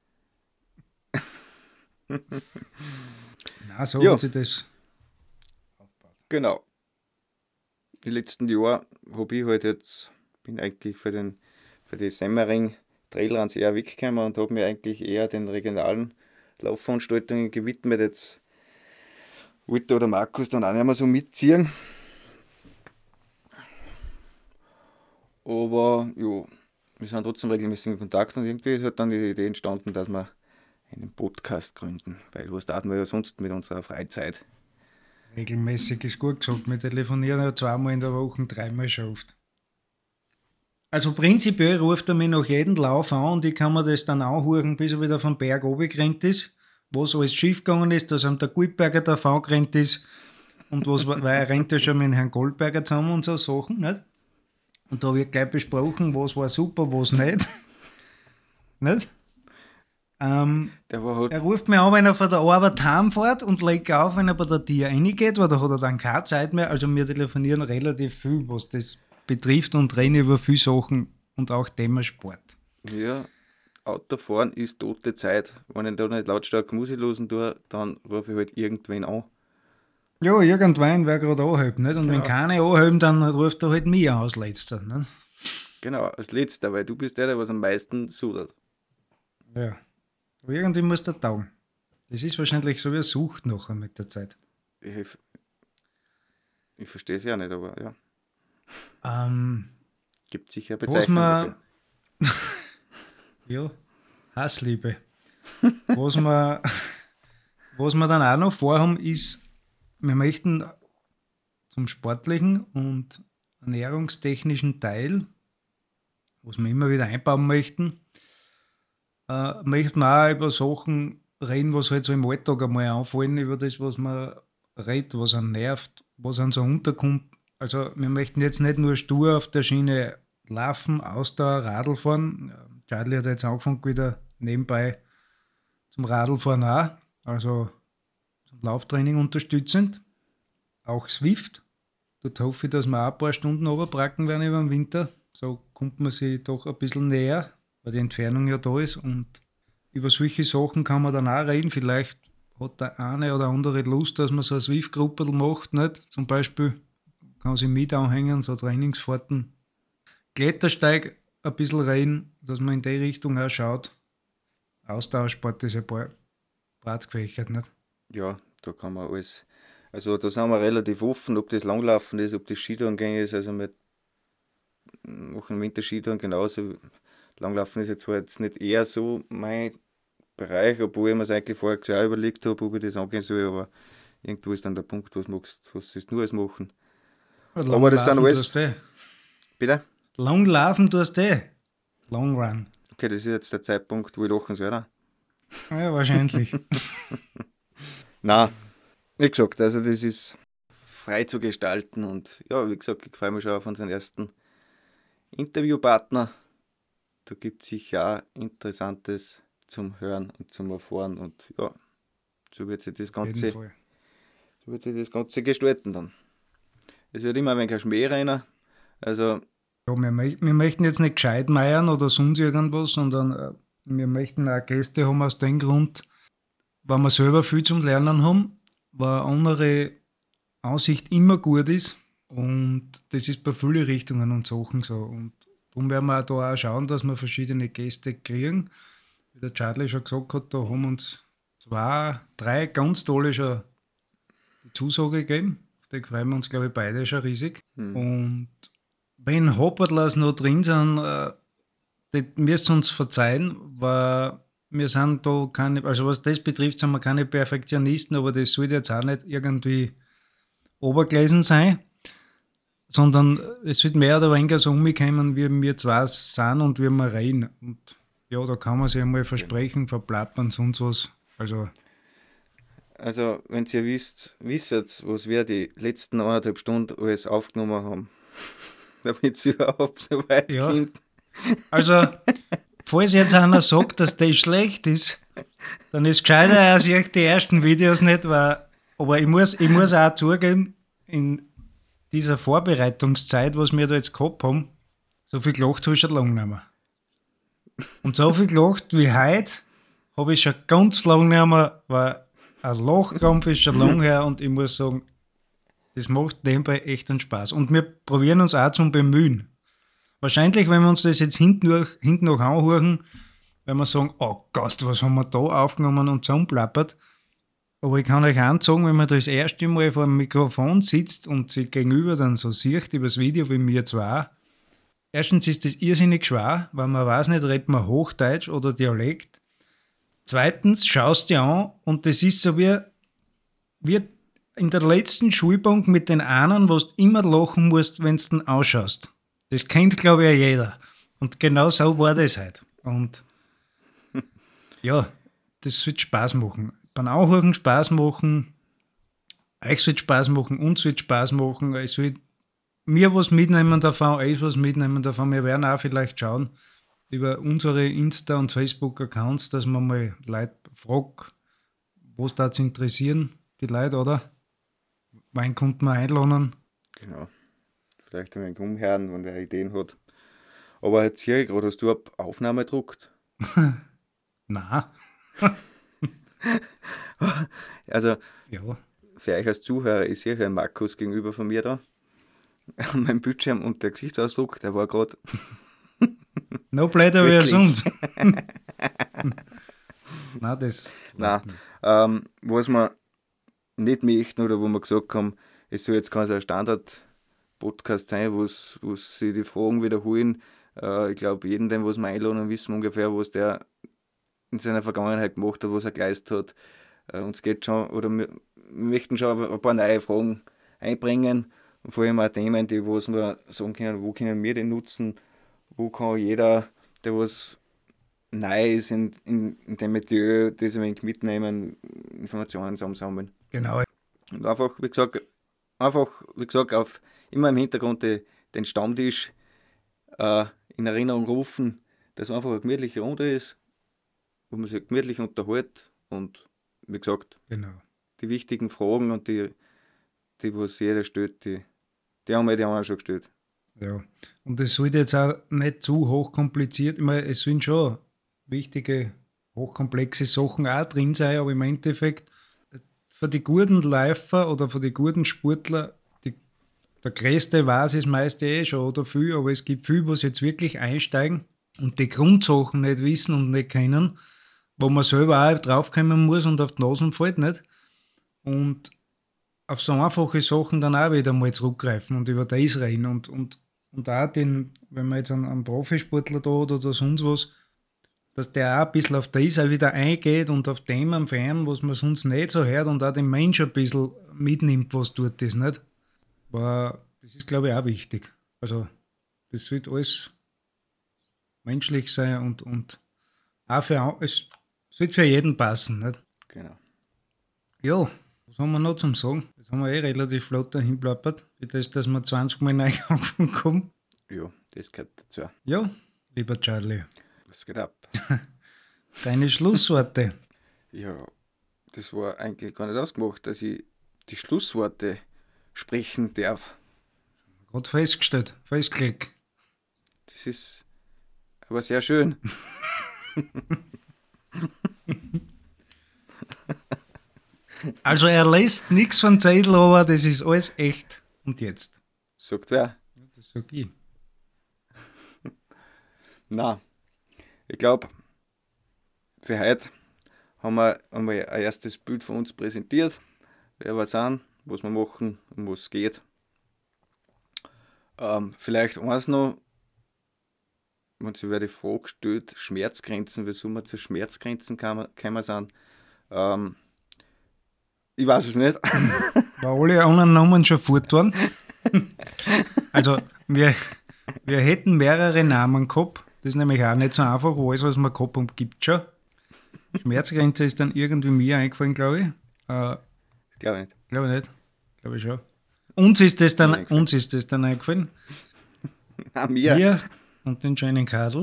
Nein, so hat sich das aufgebaut. Genau. Die letzten Jahre habe ich halt jetzt, bin eigentlich für die Semmering Trailruns eher weggekommen und habe mir eigentlich eher den regionalen Laufveranstaltungen gewidmet. Jetzt wollte oder Markus dann auch nicht mehr so mitziehen. Aber ja, wir sind trotzdem regelmäßig in Kontakt und irgendwie ist halt dann die Idee entstanden, dass wir einen Podcast gründen. Weil was taten wir ja sonst mit unserer Freizeit? Regelmäßig ist gut gesagt. Wir telefonieren ja 2-mal in der Woche, 3-mal schon oft. Also prinzipiell ruft er mich nach jedem Lauf an und ich kann mir das dann anhören, bis er wieder vom Berg runtergerannt ist, was alles schief gegangen ist, dass ihm der Goldberger davon gerannt ist und weil er rennt ja schon mit Herrn Goldberger zusammen und so Sachen, nicht? Und da wird gleich besprochen, was war super, was nicht. Nicht? Der war halt Er ruft mich an, wenn er von der Arbeit heimfährt und legt auf, wenn er bei der Tür reingeht, weil da hat er dann keine Zeit mehr. Also wir telefonieren relativ viel, was das betrifft und reden über viele Sachen und auch Thema Sport. Ja, Autofahren ist tote Zeit. Wenn ich da nicht lautstark Musik hören tue, dann rufe ich halt irgendwen an. Ja, irgendwann wer gerade anhält, nicht? Und wenn Genau. keine anheben, dann ruft er halt mich an als Letzter, nicht? Genau, als letzter, weil du bist der was am meisten sudert. Ja. Aber irgendwie muss der taugen. Das ist wahrscheinlich so wie eine Sucht nachher mit der Zeit. Ich, ich verstehe es ja nicht, aber ja, Ähm, gibt sicher eine was Bezeichnung wir, dafür. ja, Hassliebe. Was wir, was wir dann auch noch vorhaben, ist, wir möchten zum sportlichen und ernährungstechnischen Teil, was wir immer wieder einbauen möchten, möchten wir auch über Sachen reden, was halt so im Alltag einmal auffallen, über das, was man redet, was einen nervt, was an so unterkommt. Also wir möchten jetzt nicht nur stur auf der Schiene laufen, Ausdauer, Radl fahren. Charlie hat jetzt angefangen wieder nebenbei zum Radlfahren auch, also zum Lauftraining unterstützend. Auch Swift. Dort hoffe ich, dass wir auch ein paar Stunden runterbracken werden über den Winter. So kommt man sich doch ein bisschen näher, weil die Entfernung ja da ist. Und über solche Sachen kann man dann auch reden. Vielleicht hat der eine oder andere Lust, dass man so eine Swift-Gruppe macht. Nicht? Zum Beispiel kann sich mit anhängen, so Trainingsfahrten. Klettersteig ein bisschen reden, dass man in die Richtung auch schaut. Ausdauersport ist ja breit gefächert. Nicht? Ja, da kann man alles. Also da sind wir relativ offen, ob das Langlaufen ist, ob das Skitourengänge ist. Also wir machen im Winter Skitouren genauso. Langlaufen ist jetzt zwar jetzt nicht eher so mein Bereich, obwohl ich mir es eigentlich vorher auch überlegt habe, ob ich das angehen soll, aber irgendwo ist dann der Punkt, was magst, was willst du nur alles machen. Aber das sind alles. Bitte? Lang laufen tust du. Long run. Okay, das ist jetzt der Zeitpunkt, wo ich lachen soll, oder? Ja, wahrscheinlich. Nein, wie gesagt, also das ist frei zu gestalten und ja, wie gesagt, ich freue mich schon auf unseren ersten Interviewpartner. Da gibt es sicher auch Interessantes zum Hören und zum Erfahren und ja, so wird sich das Auf jeden Ganze, Fall. so wird sich das Ganze gestalten dann. Es wird immer ein wenig ein Schmäh rein, also Ja, wir möchten jetzt nicht gescheit meiern oder sonst irgendwas, sondern wir möchten auch Gäste haben aus dem Grund, weil wir selber viel zum Lernen haben, weil eine andere Aussicht immer gut ist und das ist bei vielen Richtungen und Sachen so. Und darum werden wir auch da auch schauen, dass wir verschiedene Gäste kriegen. Wie der Charlie schon gesagt hat, da haben uns 2, 3 ganz tolle schon die Zusage gegeben. Auf die freuen wir uns, glaube ich, beide schon riesig. Und wenn Hoppertlers noch drin sind, das müsst ihr uns verzeihen, weil wir sind da keine, also was das betrifft, sind wir keine Perfektionisten, aber das sollte jetzt auch nicht irgendwie obergelesen sein, sondern es sollte mehr oder weniger so umkommen, wie wir zwei sind und wie wir reden. Und ja, da kann man sich einmal versprechen, verplappern, sonst was. Also, wenn ihr wisst, was wir die letzten 1,5 Stunden alles aufgenommen haben, damit es überhaupt so weit Ja. kommt. Also, falls jetzt einer sagt, dass das schlecht ist, dann ist gescheiter, er sieht die ersten Videos nicht, weil, aber ich muss auch zugeben, in dieser Vorbereitungszeit, was wir da jetzt gehabt haben, so viel gelacht habe ich schon lange nicht mehr. Und so viel gelacht wie heute habe ich schon ganz lange nicht mehr, weil ein Lachkrampf ist schon lange her und ich muss sagen, das macht nebenbei echt einen Spaß. Und wir probieren uns auch zum Bemühen. Wahrscheinlich, wenn wir uns das jetzt hinten noch anhören, wenn wir sagen, oh Gott, was haben wir da aufgenommen und zusammenplappert. Aber ich kann euch eins sagen, wenn man da das erste Mal vor dem Mikrofon sitzt und sich gegenüber dann so sieht, über das Video wie wir zwei, erstens ist das irrsinnig schwer, weil man weiß nicht, redet man Hochdeutsch oder Dialekt. Zweitens schaust du dir an und das ist so wie in der letzten Schulbank mit den einen, wo du immer lachen musst, wenn du den ausschaust. Das kennt, glaube ich, ja jeder. Und genau so war das halt. Und ja, das sollte Spaß machen. Beim Anhören Spaß machen, euch sollte Spaß machen, uns sollte Spaß machen. Ich soll mir was mitnehmen davon, euch was mitnehmen davon. Wir werden auch vielleicht schauen über unsere Insta- und Facebook-Accounts, dass man mal Leute fragt, was da zu interessieren, die Leute, oder? Wann kommt man einladen? Genau. Vielleicht ein wenig umhören, wenn wer Ideen hat. Aber jetzt hier gerade, hast du auf Aufnahme gedruckt? Na, Also, ja. für euch als Zuhörer, ich sehe einen Markus gegenüber von mir da, an meinem Bildschirm, und der Gesichtsausdruck, der war gerade No bläder wie Wirklich? sonst. Nein, das. Nein, was wir nicht möchten oder wo wir gesagt haben, es soll jetzt kein Standard-Podcast sein, wo sie die Fragen wiederholen. Ich glaube, jeden, den was wir einladen, wissen wir ungefähr, was der in seiner Vergangenheit gemacht hat, was er geleistet hat. Uns geht schon, oder wir möchten schon ein paar neue Fragen einbringen, und vor allem auch Themen, die was wir sagen können, wo können wir den nutzen, wo kann jeder, der was neu ist in dem Milieu, das ein wenig mitnehmen, Informationen zusammensammeln. Genau. Und einfach, wie gesagt, auf, immer im Hintergrund den Stammtisch in Erinnerung rufen, dass einfach eine gemütliche Runde ist, wo man sich gemütlich unterhält, und wie gesagt, Genau. die wichtigen Fragen und die was jeder stellt, die haben wir die anderen schon gestellt. Ja. Und es sollte jetzt auch nicht zu hochkompliziert, ich meine, es sollen schon wichtige, hochkomplexe Sachen auch drin sein, aber im Endeffekt für die guten Läufer oder für die guten Sportler, der größte weiß es meist schon oder viel, aber es gibt viele, die jetzt wirklich einsteigen und die Grundsachen nicht wissen und nicht kennen, wo man selber auch draufkommen muss und auf die Nasen fällt, nicht? Und auf so einfache Sachen dann auch wieder mal zurückgreifen und über das reden und auch den, wenn man jetzt einen Profisportler da hat oder sonst was, dass der auch ein bisschen auf das auch wieder eingeht und auf Themen fern, was man sonst nicht so hört, und auch den Menschen ein bisschen mitnimmt, was dort ist, nicht? Aber das ist, glaube ich, auch wichtig. Also, das sollte alles menschlich sein und auch es sollte für jeden passen, nicht? Genau. Ja, was haben wir noch zum Sagen? Das haben wir relativ flott dahin plappert, für das, dass wir 20 Mal neu angefangen haben. Ja, das gehört dazu. Ja, lieber Charlie, Was geht ab? deine Schlussworte. Ja, das war eigentlich gar nicht ausgemacht, dass ich die Schlussworte sprechen darf. Gerade festgelegt. Das ist aber sehr schön. Also er lässt nichts von Zettel, aber das ist alles echt. Und jetzt? Sagt wer? Das sag ich. Na, ich glaube, für heute haben wir einmal ein erstes Bild von uns präsentiert, wer wir sind, was wir machen, um was es geht. Vielleicht eins noch, wenn sich wer die Frage stellt, Schmerzgrenzen, wieso wir zu Schmerzgrenzen gekommen sind. Ich weiß es nicht. Weil alle anderen Namen schon fort waren. Also, wir hätten mehrere Namen gehabt. Das ist nämlich auch nicht so einfach. Alles, was wir gehabt haben, gibt es schon. Schmerzgrenze ist dann irgendwie mir eingefallen, glaube ich. Glaube nicht. Glaube ich nicht. Glaube ich schon. Uns ist das dann eingefallen. Mir. Wir und den schönen Kadel.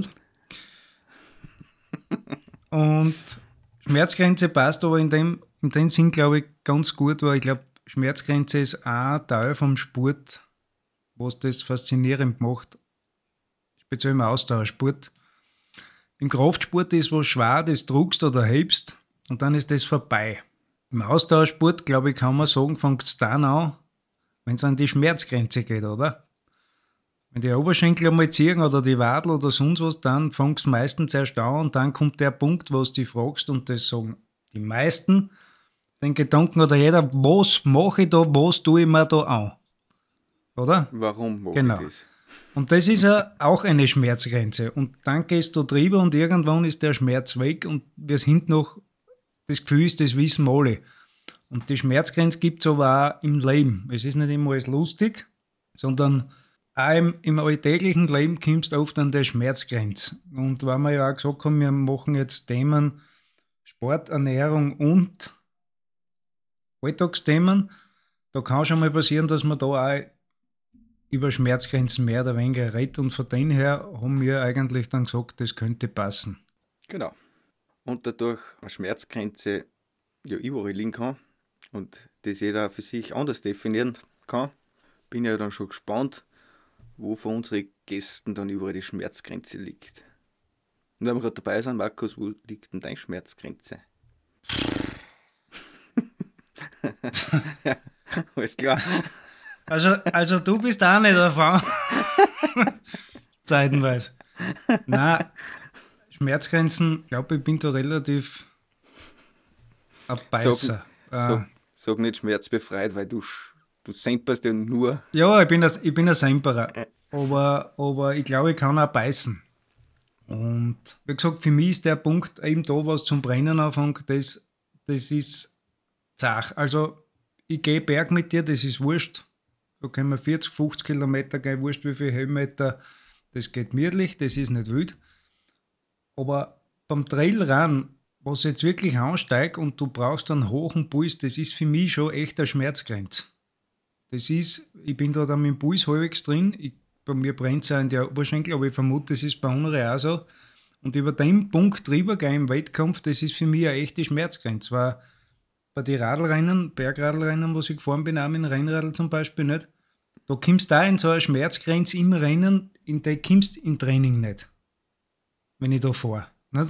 Und Schmerzgrenze passt aber in dem Sinn, glaube ich, ganz gut, weil ich glaube, Schmerzgrenze ist auch Teil vom Sport, was das faszinierend macht. Speziell im Ausdauersport. Im Kraftsport ist was schwer, das druckst oder hebst und dann ist das vorbei. Im Ausdauersport, glaube ich, kann man sagen, fängt es dann an, wenn es an die Schmerzgrenze geht, oder? Wenn die Oberschenkel einmal ziehen oder die Wadel oder sonst was, dann fängt es meistens erst an und dann kommt der Punkt, wo du dich fragst, und das sagen die meisten, den Gedanken oder jeder, was mache ich da, was tue ich mir da an? Oder? Warum mache Genau. ich das? Und das ist ja auch eine Schmerzgrenze. Und dann gehst du drüber und irgendwann ist der Schmerz weg und wir sind noch, das Gefühl ist, das wissen wir alle. Und die Schmerzgrenze gibt es aber auch im Leben. Es ist nicht immer alles lustig, sondern auch im alltäglichen Leben kommst du oft an der Schmerzgrenze. Und weil wir ja auch gesagt haben, wir machen jetzt Themen Sport, Ernährung und Alltagsthemen, da kann schon mal passieren, dass man da auch über Schmerzgrenzen mehr oder weniger redet, und von dem her haben wir eigentlich dann gesagt, das könnte passen. Genau. Und dadurch eine Schmerzgrenze ja überall liegen kann und das jeder für sich anders definieren kann, bin ich ja dann schon gespannt, wo von unseren Gästen dann überall die Schmerzgrenze liegt. Und wenn wir gerade dabei sind, Markus, wo liegt denn deine Schmerzgrenze? Ja, alles klar. Also du bist auch nicht davon. Zeitenweise. Nein, Schmerzgrenzen, ich glaube, ich bin da relativ ein Beißer. Sag nicht schmerzbefreit, weil du semperst ja nur. Ja, ich bin ein Semperer. Aber ich glaube, ich kann auch beißen. Und wie gesagt, für mich ist der Punkt eben da, was zum Brennen anfängt, das ist zach. Also ich gehe Berg mit dir, das ist wurscht. Da können wir 40, 50 Kilometer gehen, wurscht wie viele Höhenmeter. Das geht gemütlich, das ist nicht wild. Aber beim Trailrun, was jetzt wirklich ansteigt und du brauchst einen hohen Puls, das ist für mich schon echt eine Schmerzgrenze. Ich bin da dann mit dem Puls halbwegs drin. Bei mir brennt es auch in der Oberschenkel, aber ich vermute, das ist bei anderen auch so. Und über den Punkt drüber gehen im Wettkampf, das ist für mich eine echte Schmerzgrenze. Weil bei den Radlrennen, Bergradlrennen, wo ich gefahren bin, auch mit dem Rennradl zum Beispiel nicht, da kommst du da in so eine Schmerzgrenze im Rennen, in der kommst du im Training nicht. Wenn ich da fahre. Nicht?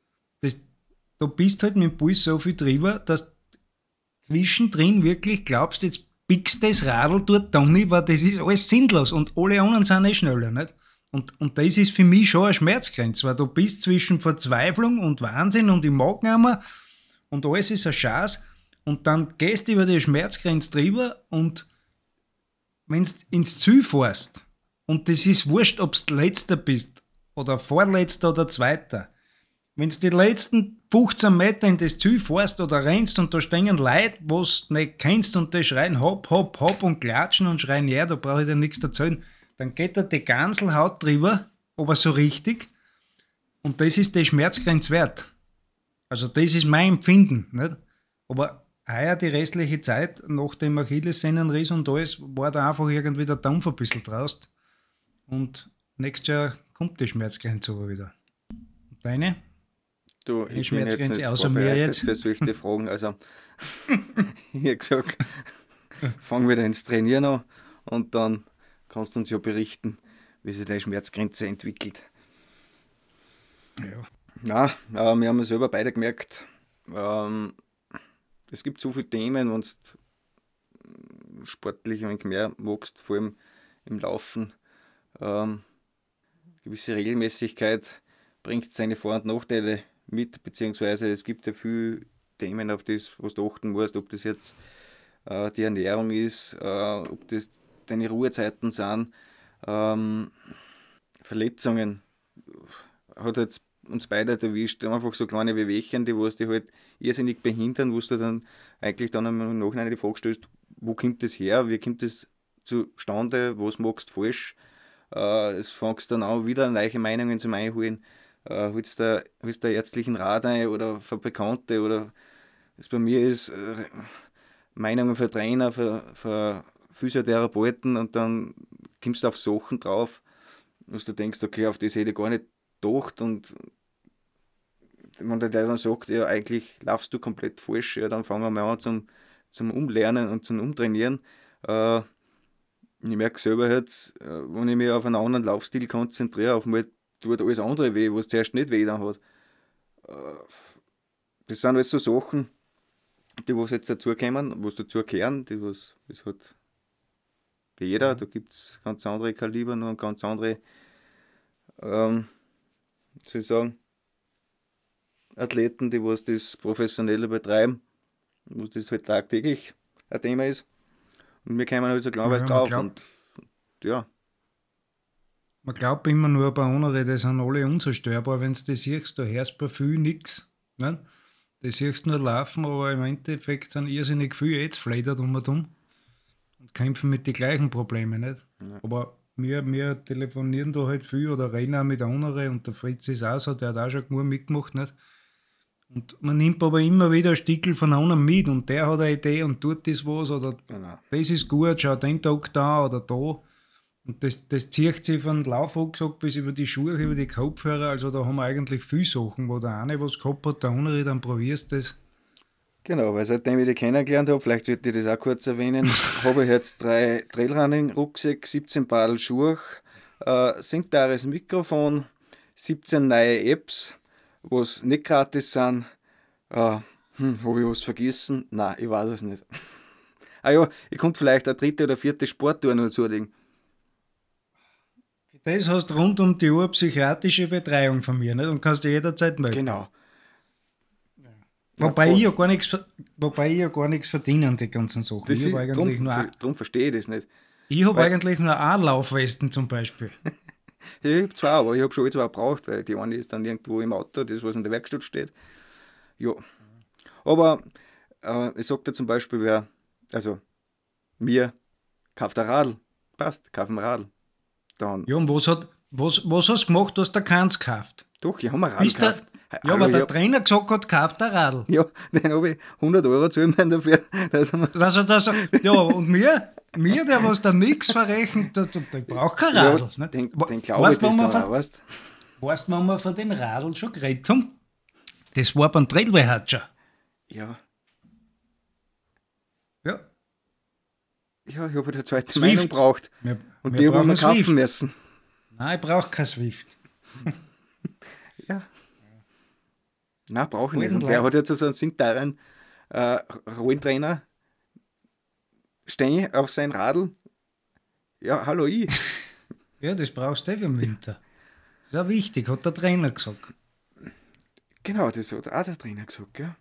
Da bist halt mit dem Puls so viel drüber, dass du zwischendrin wirklich glaubst, jetzt pickst das Radl dort dann nicht, weil das ist alles sinnlos und alle anderen sind schneller. Nicht? Und das ist für mich schon eine Schmerzgrenze, weil du bist zwischen Verzweiflung und Wahnsinn und ich mag nicht mehr und alles ist ein Schatz und dann gehst du über die Schmerzgrenze drüber und wenn du ins Ziel fährst und das ist wurscht, ob du Letzter bist oder Vorletzter oder Zweiter, wenn du die letzten 15 Meter in das Ziel fährst oder rennst und da stehen Leute, was du nicht kennst und die schreien hopp, hopp, hopp und klatschen und schreien, ja, da brauche ich dir nichts erzählen, dann geht da die Ganselhaut drüber, aber so richtig und das ist die Schmerzgrenze wert. Also das ist mein Empfinden. Nicht? Aber heuer die restliche Zeit, nach dem Achillessehnenriss und alles, war da einfach irgendwie der Dampf ein bisschen draus und nächstes Jahr kommt die Schmerzgrenze aber wieder. Und deine? Du, Eine ich bin jetzt Schmerzgrenze nicht außer mir vorbereitet jetzt. für solche Fragen. Also, ich habe gesagt, fang wieder ins Trainieren an und dann kannst du uns ja berichten, wie sich deine Schmerzgrenze entwickelt. Ja. Na, wir haben ja selber beide gemerkt, es gibt so viele Themen, wenn du sportlich ein wenig mehr magst, vor allem im Laufen. Gewisse Regelmäßigkeit bringt seine Vor- und Nachteile mit, beziehungsweise es gibt ja viele Themen, auf das, was du achten musst, ob das jetzt die Ernährung ist, ob das deine Ruhezeiten sind, Verletzungen. Hat jetzt uns beide erwischt, einfach so kleine Wehwehchen, die was dich halt irrsinnig behindern, wo du dann eigentlich dann im Nachhinein die Frage stellst, wo kommt das her, wie kommt das zustande, was machst du falsch. Es fängst dann auch wieder neue Meinungen zum Einholen, holst du ärztlichen Rat ein oder für Bekannte oder was bei mir ist, Meinungen für Trainer, für Physiotherapeuten und dann kommst du auf Sachen drauf, dass du denkst, okay, auf das hätte ich gar nicht gedacht und wenn der dann sagt, ja, eigentlich laufst du komplett falsch, ja, dann fangen wir mal an zum Umlernen und zum Umtrainieren. Ich merke selber jetzt, wenn ich mich auf einen anderen Laufstil konzentriere, auf einmal tut alles andere weh, was zuerst nicht weh dann hat. Das sind alles so Sachen, die was jetzt dazukommen, was dazugehören, die was das hat jeder, da gibt es ganz andere Kaliber, nur ganz andere, soll ich sagen, Athleten, die was das professioneller betreiben, wo das halt tagtäglich ein Thema ist. Und wir kommen halt so klar drauf. Und ja. Man glaubt immer nur bei anderen, die sind alle unzerstörbar. Wenn du das siehst, da hörst bei viel nichts. Ne? Das siehst du nur laufen, aber im Endeffekt sind irrsinnig viele jetzt fledert und kämpfen mit den gleichen Problemen. Nicht? Ja. Aber wir telefonieren da halt viel oder reden auch mit anderen und der Fritz ist auch so, der hat auch schon genug mitgemacht. Nicht? Und man nimmt aber immer wieder ein Stückchen von einem mit und der hat eine Idee und tut das was oder das ist gut, schau den Tag da oder da. Und das zieht sich von Laufrucksack bis über die Schuhe, über die Kopfhörer. Also da haben wir eigentlich viele Sachen, wo der eine was gehabt hat, der andere, dann probierst du das. Genau, weil seitdem ich die kennengelernt habe, vielleicht sollte ich das auch kurz erwähnen, habe ich jetzt 3 Trailrunning-Rucksäcke, 17 Paar Schuhe, sinkbares Mikrofon, 17 neue Apps, was nicht gratis sind, Habe ich was vergessen? Nein, ich weiß es nicht. Ah ja, ich konnte vielleicht eine 3. oder 4. Sporttour noch zulegen. Das hast rund um die Uhr psychiatrische Betreuung von mir, nicht? Und kannst dir jederzeit melden. Genau. Wobei ich ja gar nichts verdiene an die ganzen Sachen. Das Ich habe ist, eigentlich darum verstehe ich das nicht. eigentlich nur eine Laufwesten zum Beispiel. Ja, ich habe zwei, aber ich habe schon zwei gebraucht, weil die eine ist dann irgendwo im Auto, das was in der Werkstatt steht. Ja. Aber ich sag dir zum Beispiel, mir kauft ein Radl. Passt, kauf ein Radl. Dann, Ja, und was hast du gemacht? Du hast da keins gekauft. doch, ich habe ein Radl Bist der, gekauft. ja, Hallo, aber der Trainer gesagt hat, kauft ein Radl. ja, den habe ich 100 Euro zahlen dafür. Dass Ja, und mir, der was da nichts verrechnet, der braucht kein ja, Radl. Nicht? den glaube ich das dann auch, weißt du? Weißt du, wenn wir von den Radl schon geredet haben? Das war beim Trailway-Hatscher. Ja, Ja. ja, ich habe eine zweite Swift. Meinung gebraucht. Und die haben wir Swift. kaufen müssen. Nein, ich brauche kein Swift. Ja. Nein, brauche ich nicht. Alten Und wer Leute. hat jetzt so einen sintaren Rollentrainer? Stehe auf sein Radl? Ja, hallo ich. Ja, das brauchst du im Winter. Das ist auch wichtig, hat der Trainer gesagt. Genau, das hat auch der Trainer gesagt, gell?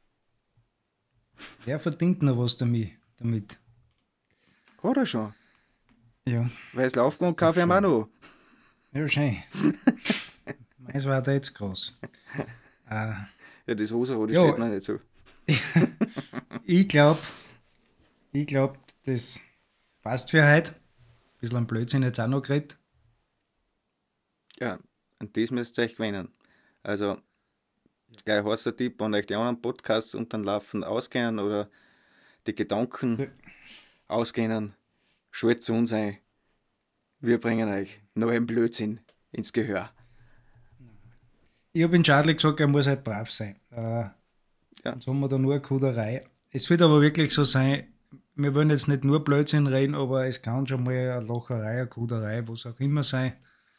Wer verdient noch was damit? Hat er schon. Ja, Weil das Laufband kaufe ich ihm auch noch. ja, schön. Meins war da jetzt groß. Ja, das Rosarot Ja. steht noch nicht so. Ich glaube, das passt für heute. Ein bisschen am Blödsinn jetzt auch noch geredet. Ja, und das müsst ihr euch gewinnen. Also, gleich heißer Tipp, wenn euch die anderen Podcasts unter den Laufen ausgehen oder die Gedanken ausgehen, schaltet zu uns ein. Wir bringen euch neuen Blödsinn ins Gehör. Ich habe in Charlie gesagt, er muss halt brav sein. Sonst haben wir da nur eine Kuderei. Es wird aber wirklich so sein, wir wollen jetzt nicht nur Blödsinn reden, aber es kann schon mal eine Lacherei, eine Kuderei, was auch immer sein.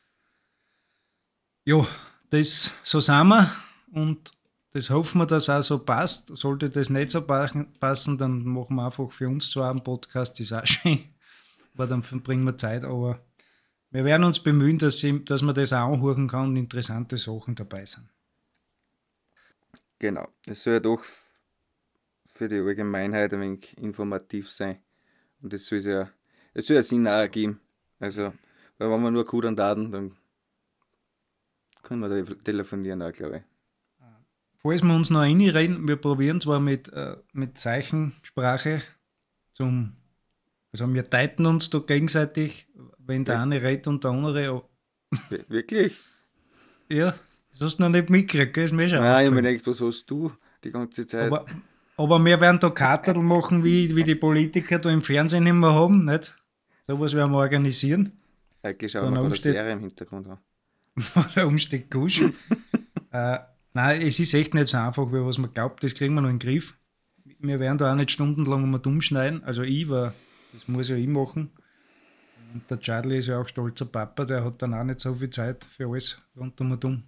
Ja, das so sind wir und das hoffen wir, dass auch so passt. Sollte das nicht so passen, dann machen wir einfach für uns zwar einen Podcast, ist auch schön, aber dann verbringen wir Zeit, aber wir werden uns bemühen, dass man das auch anhören kann und interessante Sachen dabei sind. Genau, es soll ja doch für die Allgemeinheit ein wenig informativ sein. Und es soll ja Sinn auch ergeben. Also, weil wenn wir nur Kudern daten, dann können wir telefonieren auch, glaube ich. Falls wir uns noch reinreden, wir probieren zwar mit Zeichensprache also wir deuten uns da gegenseitig, wenn der eine redet und der andere. Wirklich? Ja, das hast du noch nicht mitgekriegt, gell? Ist mir schon Nein, ich habe aufgefallen. mir gedacht, was hast du die ganze Zeit? Aber wir werden da Kartel machen, wie die Politiker da im Fernsehen immer haben, nicht? Sowas werden wir organisieren. Eigentlich schauen wir gerade eine Serie im Hintergrund an. Der Umstieg Gusch. Nein, es ist echt nicht so einfach, wie was man glaubt. Das kriegen wir noch in den Griff. Wir werden da auch nicht stundenlang mal dumm schneiden. Also weil das muss ja ich machen. Und der Charlie ist ja auch stolzer Papa, der hat dann auch nicht so viel Zeit für alles rund um und um.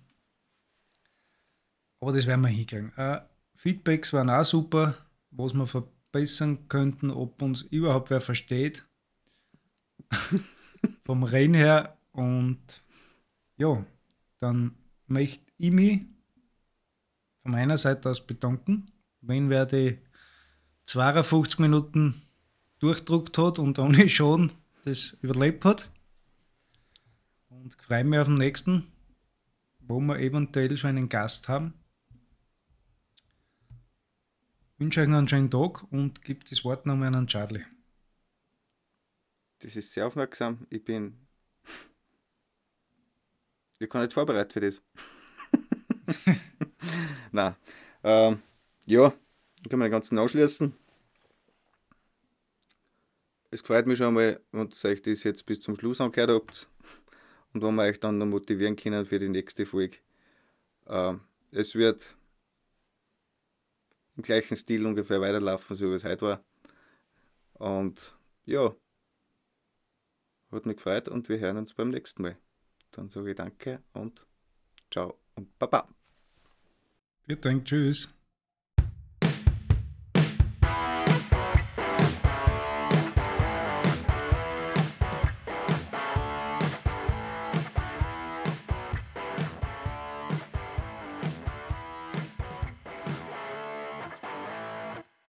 Aber das werden wir hinkriegen. Feedbacks waren auch super, was wir verbessern könnten, ob uns überhaupt wer versteht. Vom Reden her. Und ja, dann möchte ich mich von meiner Seite aus bedanken, wenn wer die 52 Minuten durchdruckt hat und ohne Schaden das überlebt hat. Und ich freue mich auf den nächsten, wo wir eventuell schon einen Gast haben. Ich wünsche euch noch einen schönen Tag und gebe das Wort nochmal an Charlie. Das ist sehr aufmerksam. Ich kann nicht vorbereitet für das. Nein. Ja, ich kann mir den ganzen anschließen. Es freut mich schon mal, wenn ihr euch das jetzt bis zum Schluss angehört habt und wenn wir euch dann noch motivieren können für die nächste Folge. Es wird im gleichen Stil ungefähr weiterlaufen, so wie es heute war. Und ja, hat mich gefreut und wir hören uns beim nächsten Mal. Dann sage ich danke und ciao und baba. Vielen Dank, tschüss.